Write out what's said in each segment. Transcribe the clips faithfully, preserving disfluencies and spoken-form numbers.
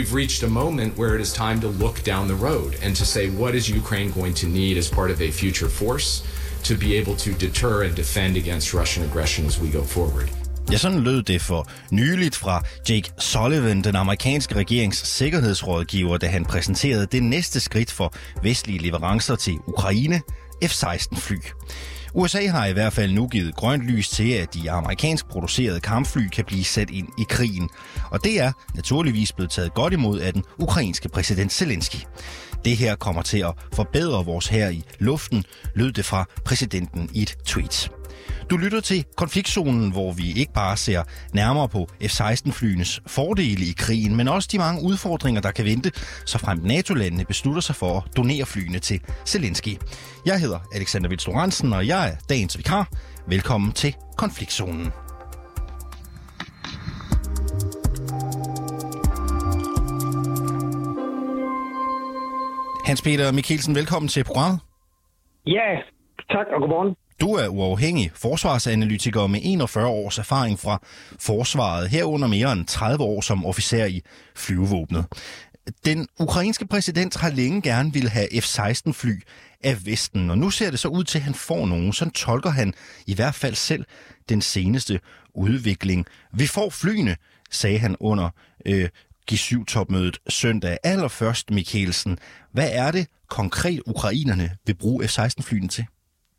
we've reached a moment where it is time to look down the road and to say, what is Ukraine going to need as part of a future force to be able to deter and defend against Russian aggression as we go forward? Ja, sådan lød det for nyligt fra Jake Sullivan, den amerikanske regerings sikkerhedsrådgiver, da han præsenterede det næste skridt for vestlige leverancer til Ukraine, F seksten fly. U S A har i hvert fald nu givet grønt lys til, at de amerikansk producerede kampfly kan blive sat ind i krigen. Og det er naturligvis blevet taget godt imod af den ukrainske præsident Zelensky. Det her kommer til at forbedre vores hær i luften, lød det fra præsidenten i et tweet. Du lytter til Konfliktzonen, hvor vi ikke bare ser nærmere på F seksten flyenes fordele i krigen, men også de mange udfordringer, der kan vente, så frem NATO-landene beslutter sig for at donere flyene til Zelensky. Jeg hedder Alexander Vils Lorentzen, og jeg er dagens vikar. Velkommen til Konfliktzonen. Hans Peter Mikkelsen, velkommen til programmet. Ja, tak og godmorgen. Du er uafhængig forsvarsanalytiker med enogfyrre års erfaring fra forsvaret, herunder mere end tredive år som officer i flyvevåbnet. Den ukrainske præsident har længe gerne ville have F seksten fly af Vesten, og nu ser det så ud til, at han får nogen. Sådan tolker han i hvert fald selv den seneste udvikling. Vi får flyene, sagde han under øh, G syv-topmødet søndag. Allerførst, Mikkelsen, hvad er det konkret ukrainerne vil bruge F seksten flyene til?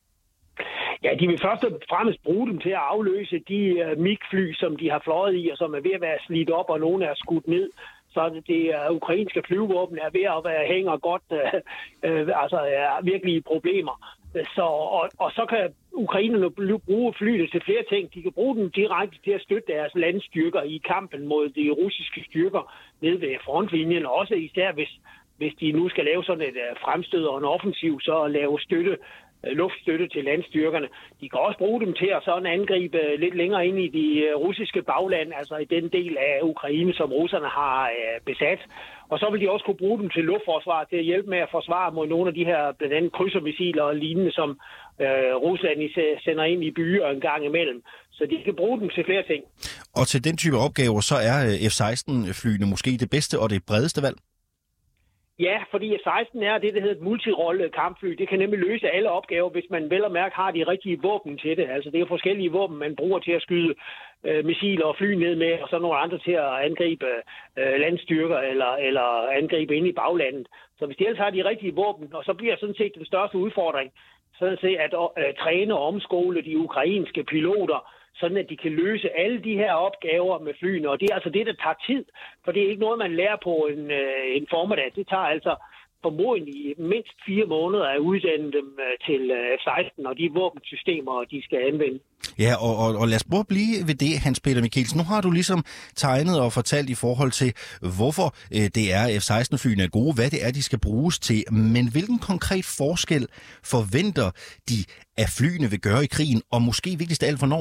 Ja, de vil først og fremmest bruge dem til at afløse de uh, MiG-fly, som de har fløjet i, og som er ved at være slidt op, og nogle er skudt ned. Så det, det uh, ukrainske flyvåben er ved at være hænger godt, uh, uh, altså er virkelige problemer. Så, og, og så kan ukrainerne bruge flyene til flere ting. De kan bruge dem direkte til at støtte deres landstyrker i kampen mod de russiske styrker nede ved frontlinjen, også især hvis, hvis de nu skal lave sådan et uh, fremstød og en offensiv, så lave støtte luftstøtte til landstyrkerne. De kan også bruge dem til at sådan angribe lidt længere ind i de russiske bagland, altså i den del af Ukraine, som russerne har besat. Og så vil de også kunne bruge dem til luftforsvar, til at hjælpe med at forsvare mod nogle af de her blandt andet krydsermissiler og lignende, som øh, Rusland sender ind i byer en gang imellem. Så de kan bruge dem til flere ting. Og til den type opgaver, så er F seksten flyene måske det bedste og det bredeste valg? Ja, fordi F seksten er det, der hedder et multirolle kampfly. Det kan nemlig løse alle opgaver, hvis man vel og mærke har de rigtige våben til det. Altså det er forskellige våben, man bruger til at skyde øh, missiler og fly ned med, og så nogle andre til at angribe øh, landstyrker eller, eller angribe ind i baglandet. Så hvis de ellers har de rigtige våben, og så bliver sådan set den største udfordring, sådan set at øh, træne og omskole de ukrainske piloter, sådan at de kan løse alle de her opgaver med flyene. Og det er altså det, der tager tid, for det er ikke noget, man lærer på en, en formiddag. Det tager altså formodentlig mindst fire måneder at uddanne dem til F seksten og de våbensystemer, de skal anvende. Ja, og, og, og lad os prøve at blive ved det, Hans Peter Mikkelsen. Nu har du ligesom tegnet og fortalt i forhold til, hvorfor øh, det er F seksten flyene er gode, hvad det er, de skal bruges til. Men hvilken konkret forskel forventer de, at flyene vil gøre i krigen, og måske vigtigst af alt, hvornår?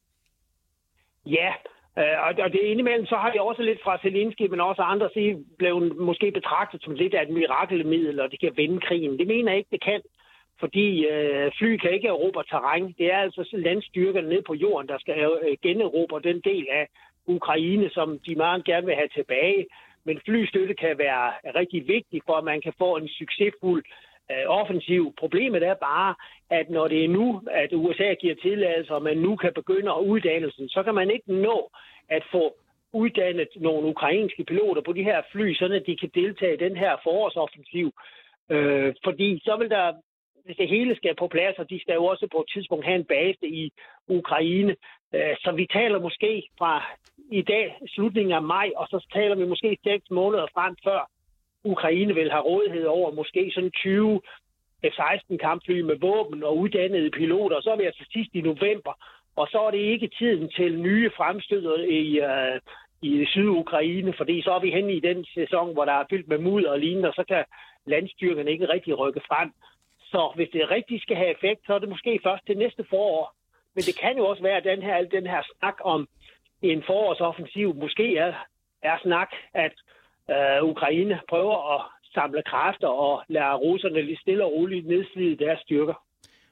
Ja, øh, og det indimellem, så har det også lidt fra Zelensky, men også andre side blevet måske betragtet som lidt af et mirakelmiddel, og det kan vende krigen. Det mener jeg ikke, det kan, fordi øh, fly kan ikke erobre terræn. Det er altså landstyrkerne nede på jorden, der skal øh, generobre den del af Ukraine, som de meget gerne vil have tilbage. Men flystøtte kan være rigtig vigtig for, at man kan få en succesfuld offensiv. Problemet er bare, at når det er nu, at U S A giver tilladelse, og man nu kan begynde at uddannelsen, så kan man ikke nå at få uddannet nogle ukrainske piloter på de her fly, sådan at de kan deltage i den her forårsoffensiv. Øh, fordi så vil der, hvis det hele skal på plads, og de skal jo også på et tidspunkt have en base i Ukraine, øh, så vi taler måske fra i dag, slutningen af maj, og så taler vi måske seks måneder frem før Ukraine vil have rådighed over måske sådan tyve F seksten kampfly med våben og uddannede piloter, og så er vi altså sidst i november, og så er det ikke tiden til nye fremstøder i, uh, i Sydukraine, fordi så er vi henne i den sæson, hvor der er fyldt med mudder og lignende, og så kan landstyrkerne ikke rigtig rykke frem. Så hvis det rigtigt skal have effekt, så er det måske først til næste forår. Men det kan jo også være, at den her, den her snak om en forårsoffensiv måske er, er snak, at Uh, Ukraine prøver at samle kræfter og lade russerne lidt stille og roligt nedslide deres styrker.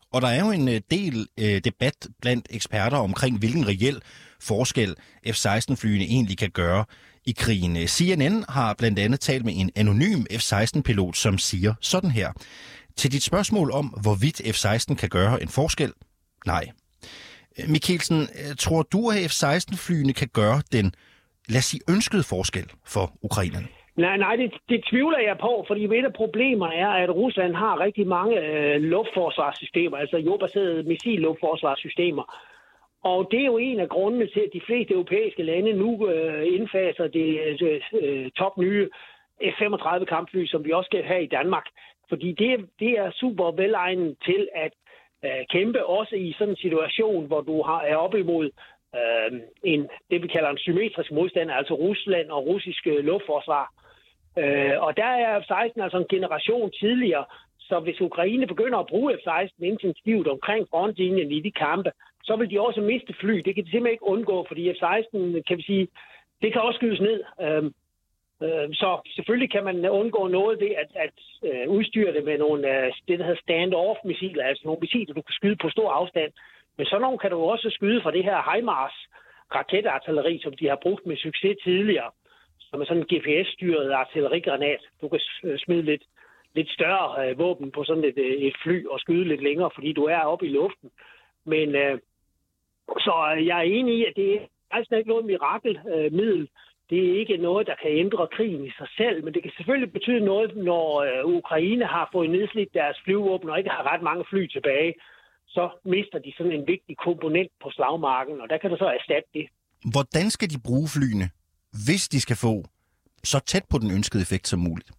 Og der er jo en del øh, debat blandt eksperter omkring, hvilken reel forskel F seksten-flyene egentlig kan gøre i krigen. C N N har blandt andet talt med en anonym F seksten-pilot, som siger sådan her. Til dit spørgsmål om, hvorvidt F seksten kan gøre en forskel? Nej. Mikkelsen, tror du, at F seksten-flyene kan gøre den, lad os sige, ønskede forskel for ukrainerne? Nej, nej, det, det tvivler jeg på, fordi et af problemerne er, at Rusland har rigtig mange øh, luftforsvarssystemer, altså jordbaserede missil-luftforsvarssystemer. Og det er jo en af grundene til, at de fleste europæiske lande nu øh, indfaser det øh, top nye F femogtredive kampfly, som vi også skal have i Danmark. Fordi det, det er super velegnet til at øh, kæmpe også i sådan en situation, hvor du har, er op imod øh, en, det, vi kalder en symmetrisk modstander, altså Rusland og russisk øh, luftforsvar. Øh, og der er F seksten altså en generation tidligere, så hvis Ukraine begynder at bruge F seksten intensivt omkring frontlinjen i de kampe, så vil de også miste fly. Det kan de simpelthen ikke undgå, fordi F seksten, kan vi sige, det kan også skydes ned. Øh, øh, så selvfølgelig kan man undgå noget ved at, at øh, udstyre det med nogle, øh, det der hedder stand-off-missiler, altså nogle missiler, du kan skyde på stor afstand. Men sådan nogle kan du også skyde fra det her HIMARS raketartilleri, som de har brugt med succes tidligere, som er sådan en G P S-styret artillerigranat. Du kan smide lidt, lidt større øh, våben på sådan et, et fly og skyde lidt længere, fordi du er oppe i luften. Men øh, så jeg er enig i, at det er altså ikke noget mirakelmiddel. Øh, det er ikke noget, der kan ændre krigen i sig selv, men det kan selvfølgelig betyde noget, når øh, Ukraine har fået nedslidt deres flyvåben og ikke har ret mange fly tilbage. Så mister de sådan en vigtig komponent på slagmarken, og der kan du så erstatte det. Hvordan skal de bruge flyene, hvis de skal få så tæt på den ønskede effekt som muligt?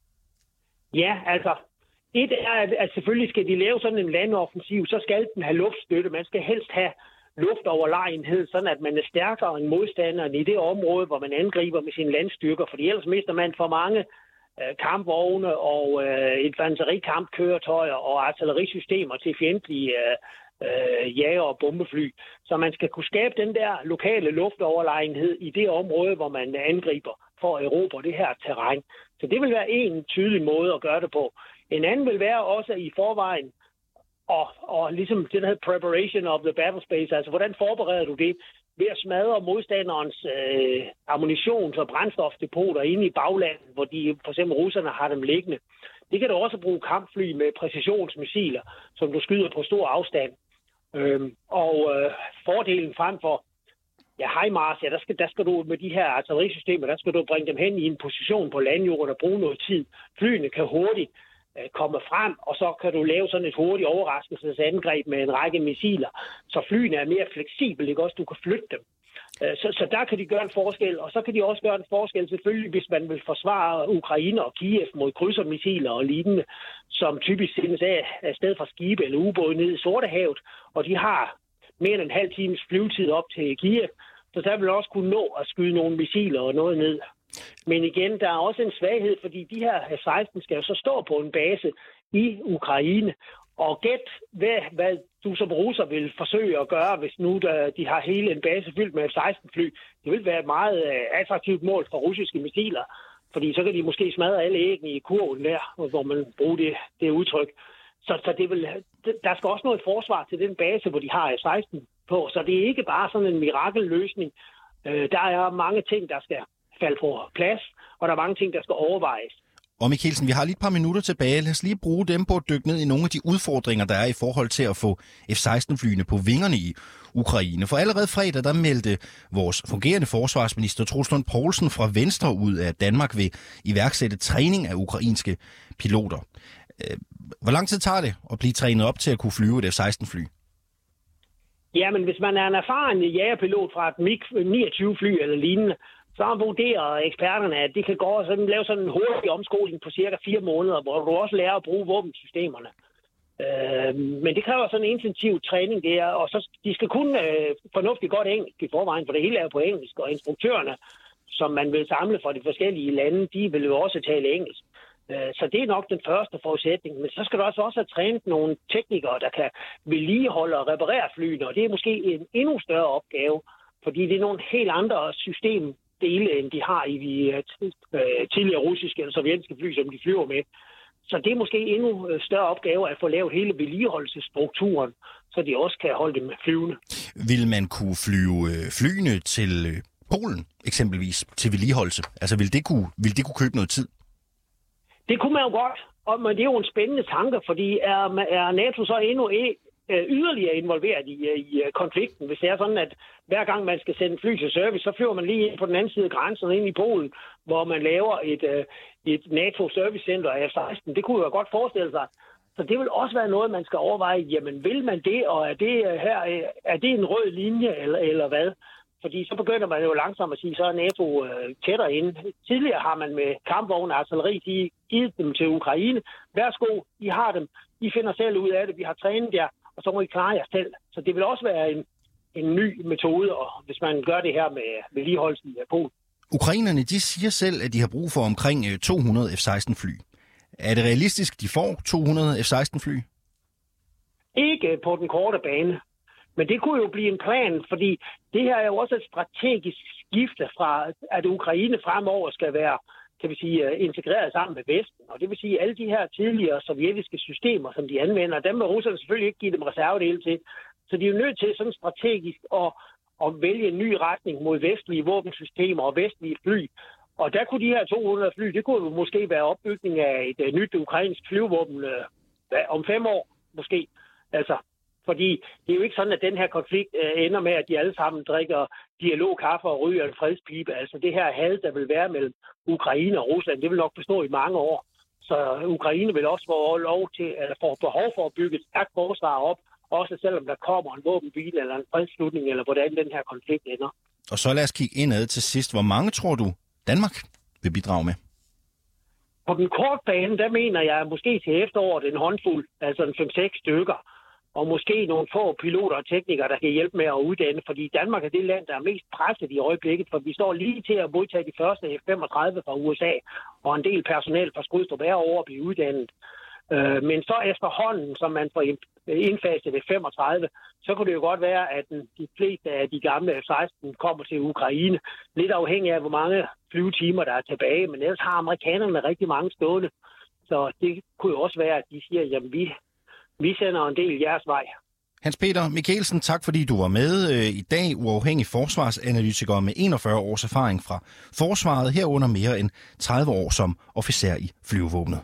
Ja, altså, et er, at selvfølgelig skal de lave sådan en landoffensiv, så skal den have luftstøtte. Man skal helst have luftoverlegenhed, sådan at man er stærkere end modstanderen i det område, hvor man angriber med sine landstyrker, fordi ellers mister man for mange øh, kampvogne og øh, infanterikampkøretøjer og artillerisystemer til fjendtlige øh, øh, jager- og bombefly. Så man skal kunne skabe den der lokale luftoverlegenhed i det område, hvor man angriber for at erobre det her terræn. Så det vil være en tydelig måde at gøre det på. En anden vil være også i forvejen, og, og ligesom det der hedder preparation of the battle space, altså hvordan forbereder du det ved at smadre modstanderens øh, ammunitions- og brændstofdepoter inde i baglandet, hvor de, for eksempel russerne har dem liggende. Det kan du også bruge kampfly med præcisionsmissiler, som du skyder på stor afstand. Øhm, og øh, fordelen frem for ja, HIMARS, ja, der skal, der skal du med de her artillerisystemer, der skal du bringe dem hen i en position på landjorden og bruge noget tid. Flyene kan hurtigt øh, komme frem, og så kan du lave sådan et hurtigt overraskelsesangreb med en række missiler, så flyene er mere fleksible, ikke også? Du kan flytte dem. Så, så der kan de gøre en forskel, og så kan de også gøre en forskel selvfølgelig, hvis man vil forsvare Ukraine og Kiev mod krydsermissiler og lignende, som typisk sendes af afsted fra skibe eller ubåde ned i Sortehavet, og de har mere end en halv times flyvetid op til Kiev, så der vil også kunne nå at skyde nogle missiler og noget ned. Men igen, der er også en svaghed, fordi de her F seksten skal jo så stå på en base i Ukraine, og gæt, hvad, hvad du som russer vil forsøge at gøre, hvis nu der, de har hele en base fyldt med F seksten-fly. Det vil være et meget uh, attraktivt mål for russiske missiler, fordi så kan de måske smadre alle æggene i kurven der, hvor man bruger det, det udtryk. Så, så det vil, der skal også noget forsvar til den base, hvor de har F seksten på. Så det er ikke bare sådan en mirakelløsning. Uh, der er mange ting, der skal falde på plads, og der er mange ting, der skal overvejes. Og Mikkelsen, vi har lige et par minutter tilbage. Lad os lige bruge dem på at dykke ned i nogle af de udfordringer, der er i forhold til at få F seksten-flyene på vingerne i Ukraine. For allerede fredag, der meldte vores fungerende forsvarsminister Troels Lund Poulsen fra Venstre ud, at Danmark vil iværksætte træning af ukrainske piloter. Hvor lang tid tager det at blive trænet op til at kunne flyve et F seksten-fly? Jamen, hvis man er en erfaren jagerpilot fra et MiG niogtyve-fly eller lignende, så vurderer eksperterne, at det kan gå sådan, lave sådan en hurtig omskoling på cirka fire måneder, hvor du også lærer at bruge våbensystemerne. Øh, men det kræver sådan en intensiv træning der, og så de skal kunne øh, fornuftigt godt engelsk i forvejen, for det hele er på engelsk, og instruktørerne, som man vil samle fra de forskellige lande, de vil jo også tale engelsk. Øh, så det er nok den første forudsætning. Men så skal du altså også have trænet nogle teknikere, der kan vedligeholde og reparere flyene, og det er måske en endnu større opgave, fordi det er nogle helt andre system dele, end de har i de uh, tidligere russiske eller sovjetiske fly, som de flyver med. Så det er måske endnu større opgave at få lavet hele vedligeholdelsesstrukturen, så de også kan holde dem flyvende. Vil man kunne flyve flyene til Polen eksempelvis til vedligeholdelse? Altså vil det kunne, vil det kunne købe noget tid? Det kunne man jo godt, og men det er jo en spændende tanke, fordi er, er NATO så endnu e, yderligere involveret i, i konflikten? Hvis det er sådan, at hver gang man skal sende fly til service, så flyver man lige ind på den anden side af grænsen ind i Polen, hvor man laver et, et NATO-servicecenter af F seksten. Det kunne jo godt forestille sig. Så det vil også være noget, man skal overveje. Jamen, vil man det, og er det her er det en rød linje, eller, eller hvad? Fordi så begynder man jo langsomt at sige, så er NATO øh, tættere inde. Tidligere har man med kampvogne og artilleri givet dem til Ukraine. Værsgo, I har dem. I finder selv ud af det. Vi har trænet jer, og så må I klare jer selv. Så det vil også være en, en ny metode, og hvis man gør det her med vedligeholdelsen af Polen. Ukrainerne, de siger selv, at de har brug for omkring to hundrede F seksten fly. Er det realistisk, de får to hundrede F seksten fly? Ikke på den korte bane. Men det kunne jo blive en plan, fordi det her er jo også et strategisk skifte fra, at Ukraine fremover skal være, kan vi sige, integreret sammen med Vesten. Og det vil sige, at alle de her tidligere sovjetiske systemer, som de anvender, dem vil russerne selvfølgelig ikke give dem reservedele til. Så de er jo nødt til sådan strategisk at, at vælge en ny retning mod vestlige våbensystemer og vestlige fly. Og der kunne de her to hundrede fly, det kunne jo måske være opbygning af et nyt ukrainsk flyvåben øh, om fem år, måske. Altså, fordi det er jo ikke sådan, at den her konflikt øh, ender med, at de alle sammen drikker dialog, kaffe og ryger en fredspibe. Altså det her had, der vil være mellem Ukraine og Rusland, det vil nok bestå i mange år. Så Ukraine vil også få lov til, eller få behov for at bygge et stærkt forsvar op, også selvom der kommer en våbenhvile eller en fredsslutning, eller hvordan den her konflikt ender. Og så lad os kigge indad til sidst. Hvor mange tror du, Danmark vil bidrage med? På den korte bane, der mener jeg måske til efteråret en håndfuld, altså en fem seks stykker. Og måske nogle få piloter og teknikere, der kan hjælpe med at uddanne, fordi Danmark er det land, der er mest presset i øjeblikket, for vi står lige til at modtage de første F femogtredive fra U S A, og en del personel fra Skrydstrup er over at blive uddannet. Men så efterhånden, som man får indfaset F femogtredive, så kunne det jo godt være, at de fleste af de gamle F seksten kommer til Ukraine, lidt afhængig af, hvor mange flyvetimer der er tilbage, men ellers har amerikanerne rigtig mange stående. Så det kunne jo også være, at de siger, jamen vi... Vi sender en del jeres vej. Hans Peter Mikkelsen, tak fordi du var med øh, i dag. Uafhængig forsvarsanalytiker med enogfyrre års erfaring fra forsvaret, herunder mere end tredive år som officer i flyvevåbnet.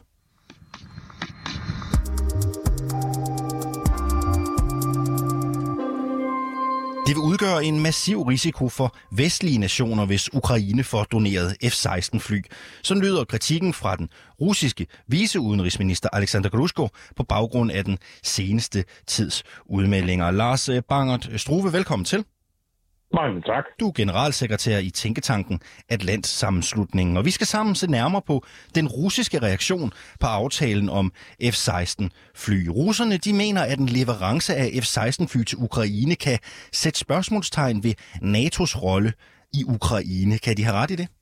Det vil udgøre en massiv risiko for vestlige nationer, hvis Ukraine får doneret F seksten fly. Sådan lyder kritikken fra den russiske viceudenrigsminister Alexander Grushko på baggrund af den seneste tids udmeldinger. Lars Bangert Struve, velkommen til. Mange tak. Du er generalsekretær i Tænketanken Atlantsammenslutningen, og vi skal sammen se nærmere på den russiske reaktion på aftalen om F seksten fly. Russerne de mener, at en leverance af F seksten fly til Ukraine kan sætte spørgsmålstegn ved NATO's rolle i Ukraine. Kan de have ret i det?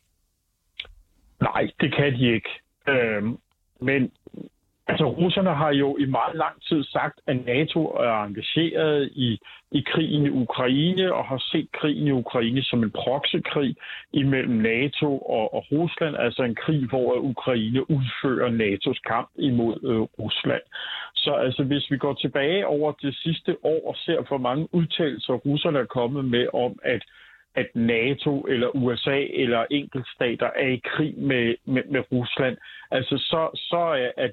Nej, det kan de ikke. Øhm, men altså, russerne har jo i meget lang tid sagt, at NATO er engageret i, i krigen i Ukraine og har set krigen i Ukraine som en proxykrig imellem NATO og, og Rusland, altså en krig, hvor Ukraine udfører NATO's kamp imod øh, Rusland. Så altså, hvis vi går tilbage over det sidste år og ser, hvor mange udtalelser russerne er kommet med om, at at NATO eller U S A eller enkeltstater er i krig med, med, med Rusland, altså så, så er at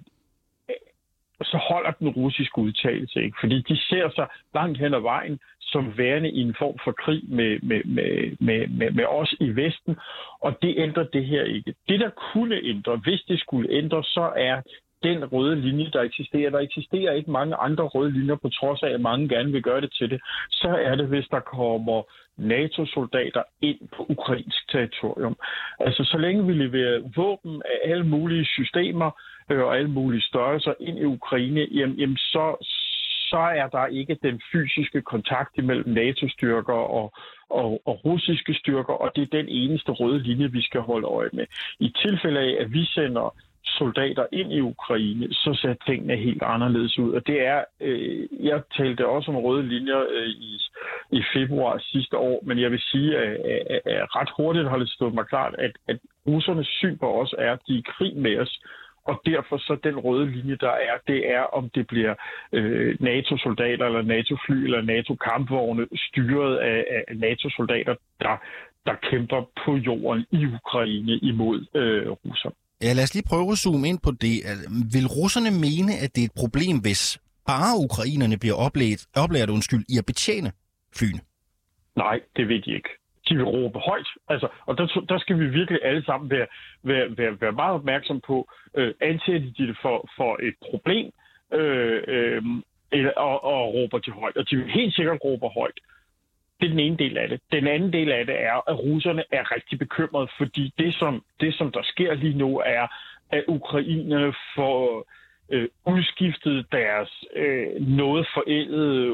så holder den russiske udtalelse ikke. Fordi de ser sig langt hen ad vejen som værende i en form for krig med, med, med, med, med, med os i Vesten, og det ændrer det her ikke. Det, der kunne ændre, hvis det skulle ændre, så er den røde linje, der eksisterer. Der eksisterer ikke mange andre røde linjer, på trods af, at mange gerne vil gøre det til det. Så er det, hvis der kommer NATO-soldater ind på ukrainsk territorium. Altså, så længe vi leverer våben af alle mulige systemer øh, og alle mulige størrelser ind i Ukraine, jamen, jamen så, så er der ikke den fysiske kontakt imellem NATO-styrker og, og, og russiske styrker, og det er den eneste røde linje, vi skal holde øje med. I tilfælde af, at vi sender soldater ind i Ukraine, så ser tingene helt anderledes ud. Og det er, øh, jeg talte også om røde linjer øh, i, i februar sidste år, men jeg vil sige, at, at, at ret hurtigt har det stået mig klart, at, at russernes syn på os er, at de er i krig med os, Og derfor så den røde linje, der er, det er, om det bliver øh, NATO-soldater eller NATO-fly eller NATO-kampvogne styret af, af NATO-soldater, der, der kæmper på jorden i Ukraine imod øh, russerne. Ja, lad os lige prøve at zoome ind på det. Vil russerne mene, at det er et problem, hvis bare ukrainerne bliver oplært, oplært undskyld, i at betjene flyene? Nej, det ved de ikke. De vil råbe højt. Altså, og der, der skal vi virkelig alle sammen være, være, være, være meget opmærksom på, øh, anser de det for, for et problem, øh, øh, eller, og, og råber de højt. Og de vil helt sikkert råbe højt. Det er den ene del af det. Den anden del af det er, at russerne er rigtig bekymrede, fordi det, som, det, som der sker lige nu, er, at ukrainerne får øh, udskiftet deres øh, noget forældede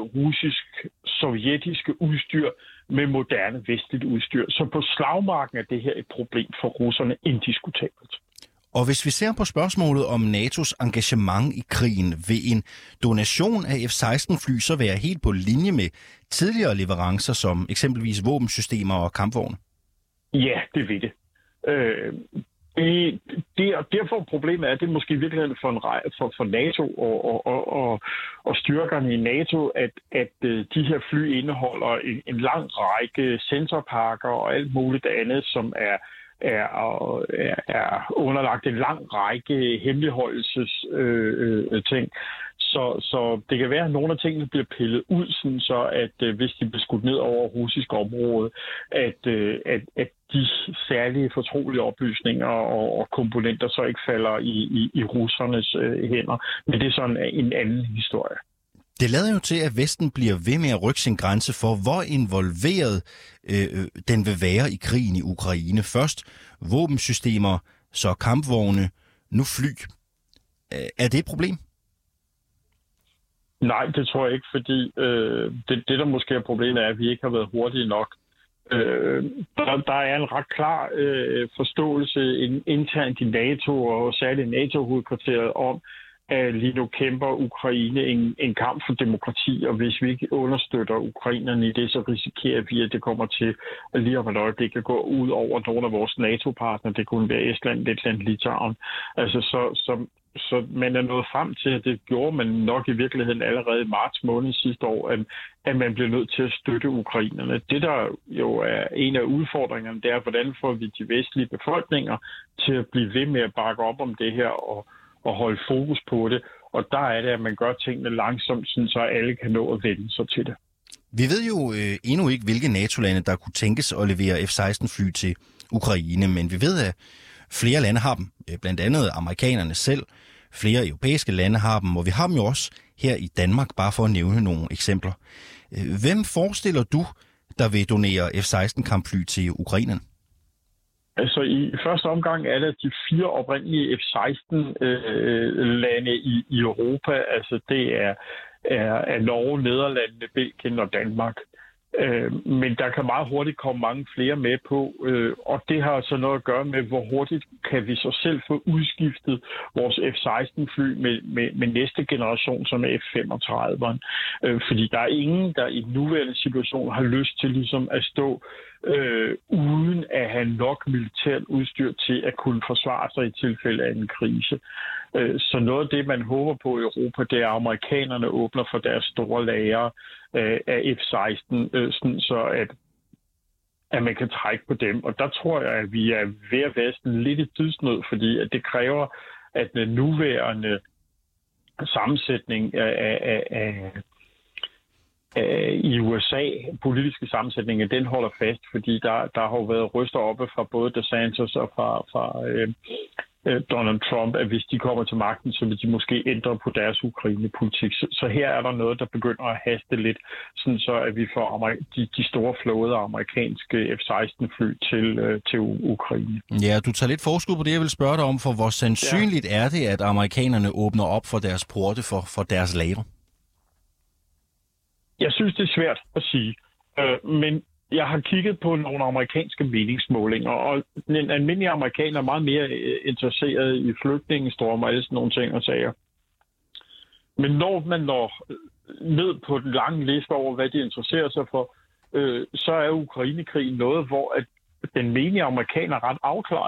russisk-sovjetiske udstyr med moderne vestligt udstyr. Så på slagmarken er det her et problem for russerne indiskutabelt. Og hvis vi ser på spørgsmålet om N A T O's engagement i krigen, vil en donation af F seksten fly så være helt på linje med tidligere leverancer, som eksempelvis våbensystemer og kampvogne? Ja, det vil det. Øh, det, det og derfor problemet er, at det er måske i virkeligheden for, en, for, for NATO og, og, og, og, og styrkerne i NATO, at, at de her fly indeholder en, en lang række sensorpakker og alt muligt andet, som er Er, er, er underlagt en lang række hemmeligholdelses øh, øh, ting. Så, så det kan være, at nogle af tingene bliver pillet ud, sådan så at øh, hvis de bliver skudt ned over russisk område, at, øh, at, at de særlige fortrolige oplysninger og, og komponenter så ikke falder i, i, i russernes øh, hænder. Men det er sådan en anden historie. Det lader jo til, at Vesten bliver ved med at rykke sin grænse for, hvor involveret øh, den vil være i krigen i Ukraine. Først våbensystemer, så kampvogne, nu fly. Er det et problem? Nej, det tror jeg ikke, fordi øh, det, det, der måske er problemet, er, at vi ikke har været hurtige nok. Øh, der, der er en ret klar øh, forståelse internt i NATO og særligt NATO-hovedkvarteret om, at lige nu kæmper Ukraine en, en kamp for demokrati, og hvis vi ikke understøtter ukrainerne i det, så risikerer vi, at det kommer til at lige om et øjeblik at gå ud over nogle af vores NATO-partnere. Det kunne være Estland, Letland, Litauen. Altså, så, så, så man er nået frem til, at det gjorde man nok i virkeligheden allerede i marts måned sidste år, at, at man bliver nødt til at støtte ukrainerne. Det, der jo er en af udfordringerne, det er, hvordan får vi de vestlige befolkninger til at blive ved med at bakke op om det her og og holde fokus på det. Og der er det, at man gør tingene langsomt, så alle kan nå at vende sig til det. Vi ved jo øh, endnu ikke, hvilke NATO-lande, der kunne tænkes at levere F seksten fly til Ukraine, men vi ved, at flere lande har dem. Blandt andet amerikanerne selv. Flere europæiske lande har dem, og vi har dem jo også her i Danmark, bare for at nævne nogle eksempler. Hvem forestiller du, der vil donere F seksten kampfly til Ukraine? Altså i første omgang er det de fire oprindelige F seksten øh, lande i, i Europa. Altså det er, er, er Norge, Nederlandene, Belgien og Danmark. Øh, men der kan meget hurtigt komme mange flere med på, øh, og det har så noget at gøre med, hvor hurtigt kan vi så selv få udskiftet vores F seksten fly med, med, med næste generation, som er F femogtredive. Øh, fordi der er ingen, der i den nuværende situation har lyst til ligesom at stå øh, uden at have nok militært udstyr til at kunne forsvare sig i tilfælde af en krise. Øh, så noget af det, man håber på i Europa, det er, at amerikanerne åbner for deres store lagre øh, af F seksten, øh, sådan så at, at man kan trække på dem. Og der tror jeg, at vi er ved at være sådan lidt i tidsnød, fordi at det kræver, at den nuværende sammensætning af, af, af i U S A, politiske sammensætninger, den holder fast, fordi der, der har jo været ryster oppe fra både DeSantis og fra, fra øh, Donald Trump, at hvis de kommer til magten, så vil de måske ændre på deres Ukraine-politik. Så, så her er der noget, der begynder at haste lidt, sådan så at vi får de, de store flåder af amerikanske F seksten fly til, øh, til Ukraine. Ja, du tager lidt forskud på det, jeg vil spørge dig om, for hvor sandsynligt ja. er det, at amerikanerne åbner op for deres porte for, for deres lagre? Jeg synes, det er svært at sige, øh, men jeg har kigget på nogle amerikanske meningsmålinger, og en almindelig amerikaner er meget mere interesseret i flygtningestrømme og alle sådan nogle ting og sager. Men når man når ned på den lange liste over, hvad de interesserer sig for, øh, så er Ukrainekrigen noget, hvor at den menige amerikaner er ret afklaret.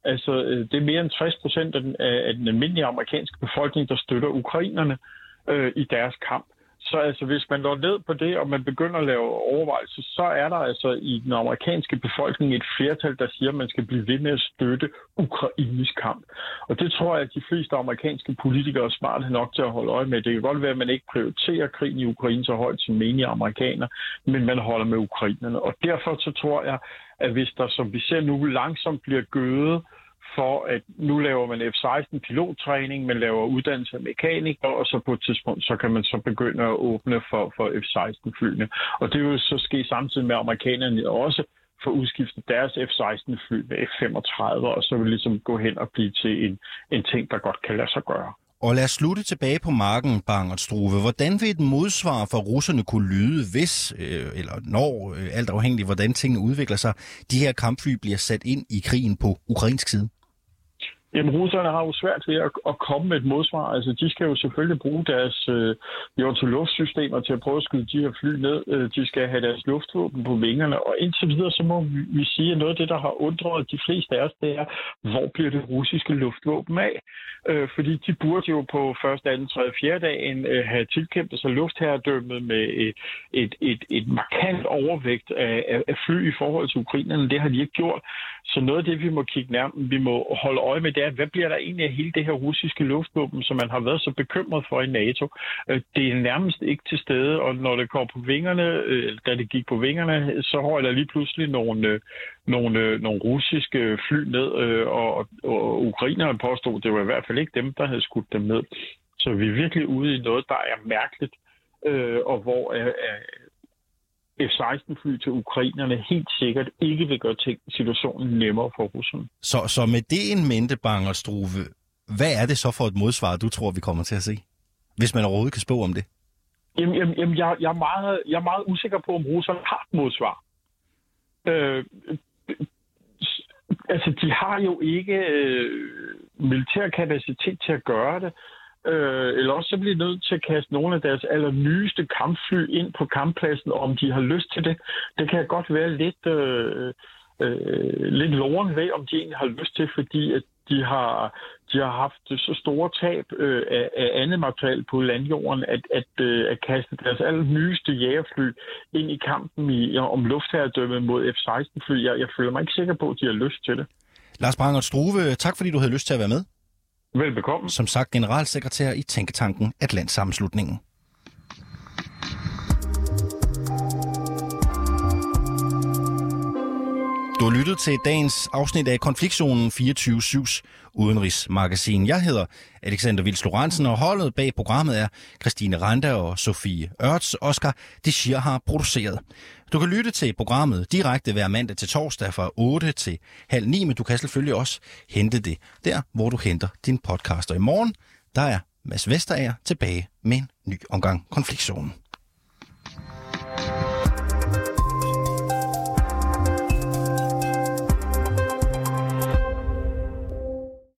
Altså, det er mere end tres procent af den, af den almindelige amerikanske befolkning, der støtter ukrainerne øh, i deres kamp. Så altså, hvis man når ned på det, og man begynder at lave overvejelser, så er der altså i den amerikanske befolkning et flertal, der siger, at man skal blive ved med at støtte Ukraines kamp. Og det tror jeg, at de fleste amerikanske politikere er smarte nok til at holde øje med. Det kan godt være, at man ikke prioriterer krigen i Ukraine så højt som menige amerikanere, men man holder med ukrainerne. Og derfor så tror jeg, at hvis der, som vi ser nu, langsomt bliver gødet for, at nu laver man F seksten pilottræning, man laver uddannelse af mekanikere, og så på et tidspunkt, så kan man så begynde at åbne for, for F seksten flyene. Og det vil så ske samtidig med amerikanerne også for udskiftet deres F seksten fly med F femogtredive, og så vil ligesom gå hen og blive til en, en ting, der godt kan lade sig gøre. Og lad os slutte tilbage på marken, Bangert Struve. Hvordan vil et modsvar for russerne kunne lyde, hvis, øh, eller når, øh, alt afhængigt hvordan tingene udvikler sig, de her kampfly bliver sat ind i krigen på ukrainsk side? Jamen, russerne har jo svært ved at, at komme med et modsvar. Altså, de skal jo selvfølgelig bruge deres øh, luftsystemer til at prøve at skyde de her fly ned. Øh, de skal have deres luftvåben på vingerne, og indtil videre, så må vi, vi sige, at noget af det, der har undret de fleste af os, det er, hvor bliver det russiske luftvåben af? Øh, fordi de burde jo på første, anden, tredje, fjerde dagen øh, have tilkæmpet sig luftherredømmet med et, et, et, et markant overvægt af, af fly i forhold til ukrainerne. Det har de ikke gjort. Så noget af det, vi må kigge nærmere, vi må holde øje med, det er, hvad bliver der egentlig af hele det her russiske luftvåben, som man har været så bekymret for i NATO? Det er nærmest ikke til stede, og når det går på vingerne, da det gik på vingerne, så holder der lige pludselig nogle, nogle, nogle russiske fly ned, og, og ukrainerne påstod, det var i hvert fald ikke dem, der havde skudt dem ned. Så vi er virkelig ude i noget, der er mærkeligt, og hvor F seksten fly til ukrainerne helt sikkert ikke vil gøre ting, situationen nemmere for russerne. Så, så med det en mente, Bangert Struve, hvad er det så for et modsvar, du tror, vi kommer til at se? Hvis man overhovedet kan spå om det. Jamen, jamen, jamen jeg, jeg, er meget, jeg er meget usikker på, om russerne har et modsvar. Øh, altså, de har jo ikke øh, militær kapacitet til at gøre det. Øh, eller også så bliver de nødt til at kaste nogle af deres allernyeste kampfly ind på kamppladsen, om de har lyst til det. Det kan godt være lidt, øh, øh, lidt loren ved, om de egentlig har lyst til, fordi at de har, de har haft så store tab øh, af, af andet materiale på landjorden, at, at, øh, at kaste deres allernyeste jægerfly ind i kampen i, om luftherredømme mod F seksten fly. Jeg, jeg føler mig ikke sikker på, at de har lyst til det. Lars Bangert Struve, tak fordi du havde lyst til at være med. Velbekomme. Som sagt generalsekretær i Tænketanken Atlantsammenslutningen. Du har lyttet til dagens afsnit af Konfliktzonen fireogtyve syvs udenrigsmagasin. Jeg hedder Alexander Vils Lorentzen, og holdet bag programmet er Christine Randa og Sofie Ørts. Oscar Desir har produceret. Du kan lytte til programmet direkte hver mandag til torsdag fra otte til halv ni, men du kan selvfølgelig også hente det der, hvor du henter din podcast. Og i morgen, der er Mads Vesterager tilbage med en ny omgang Konfliktzonen.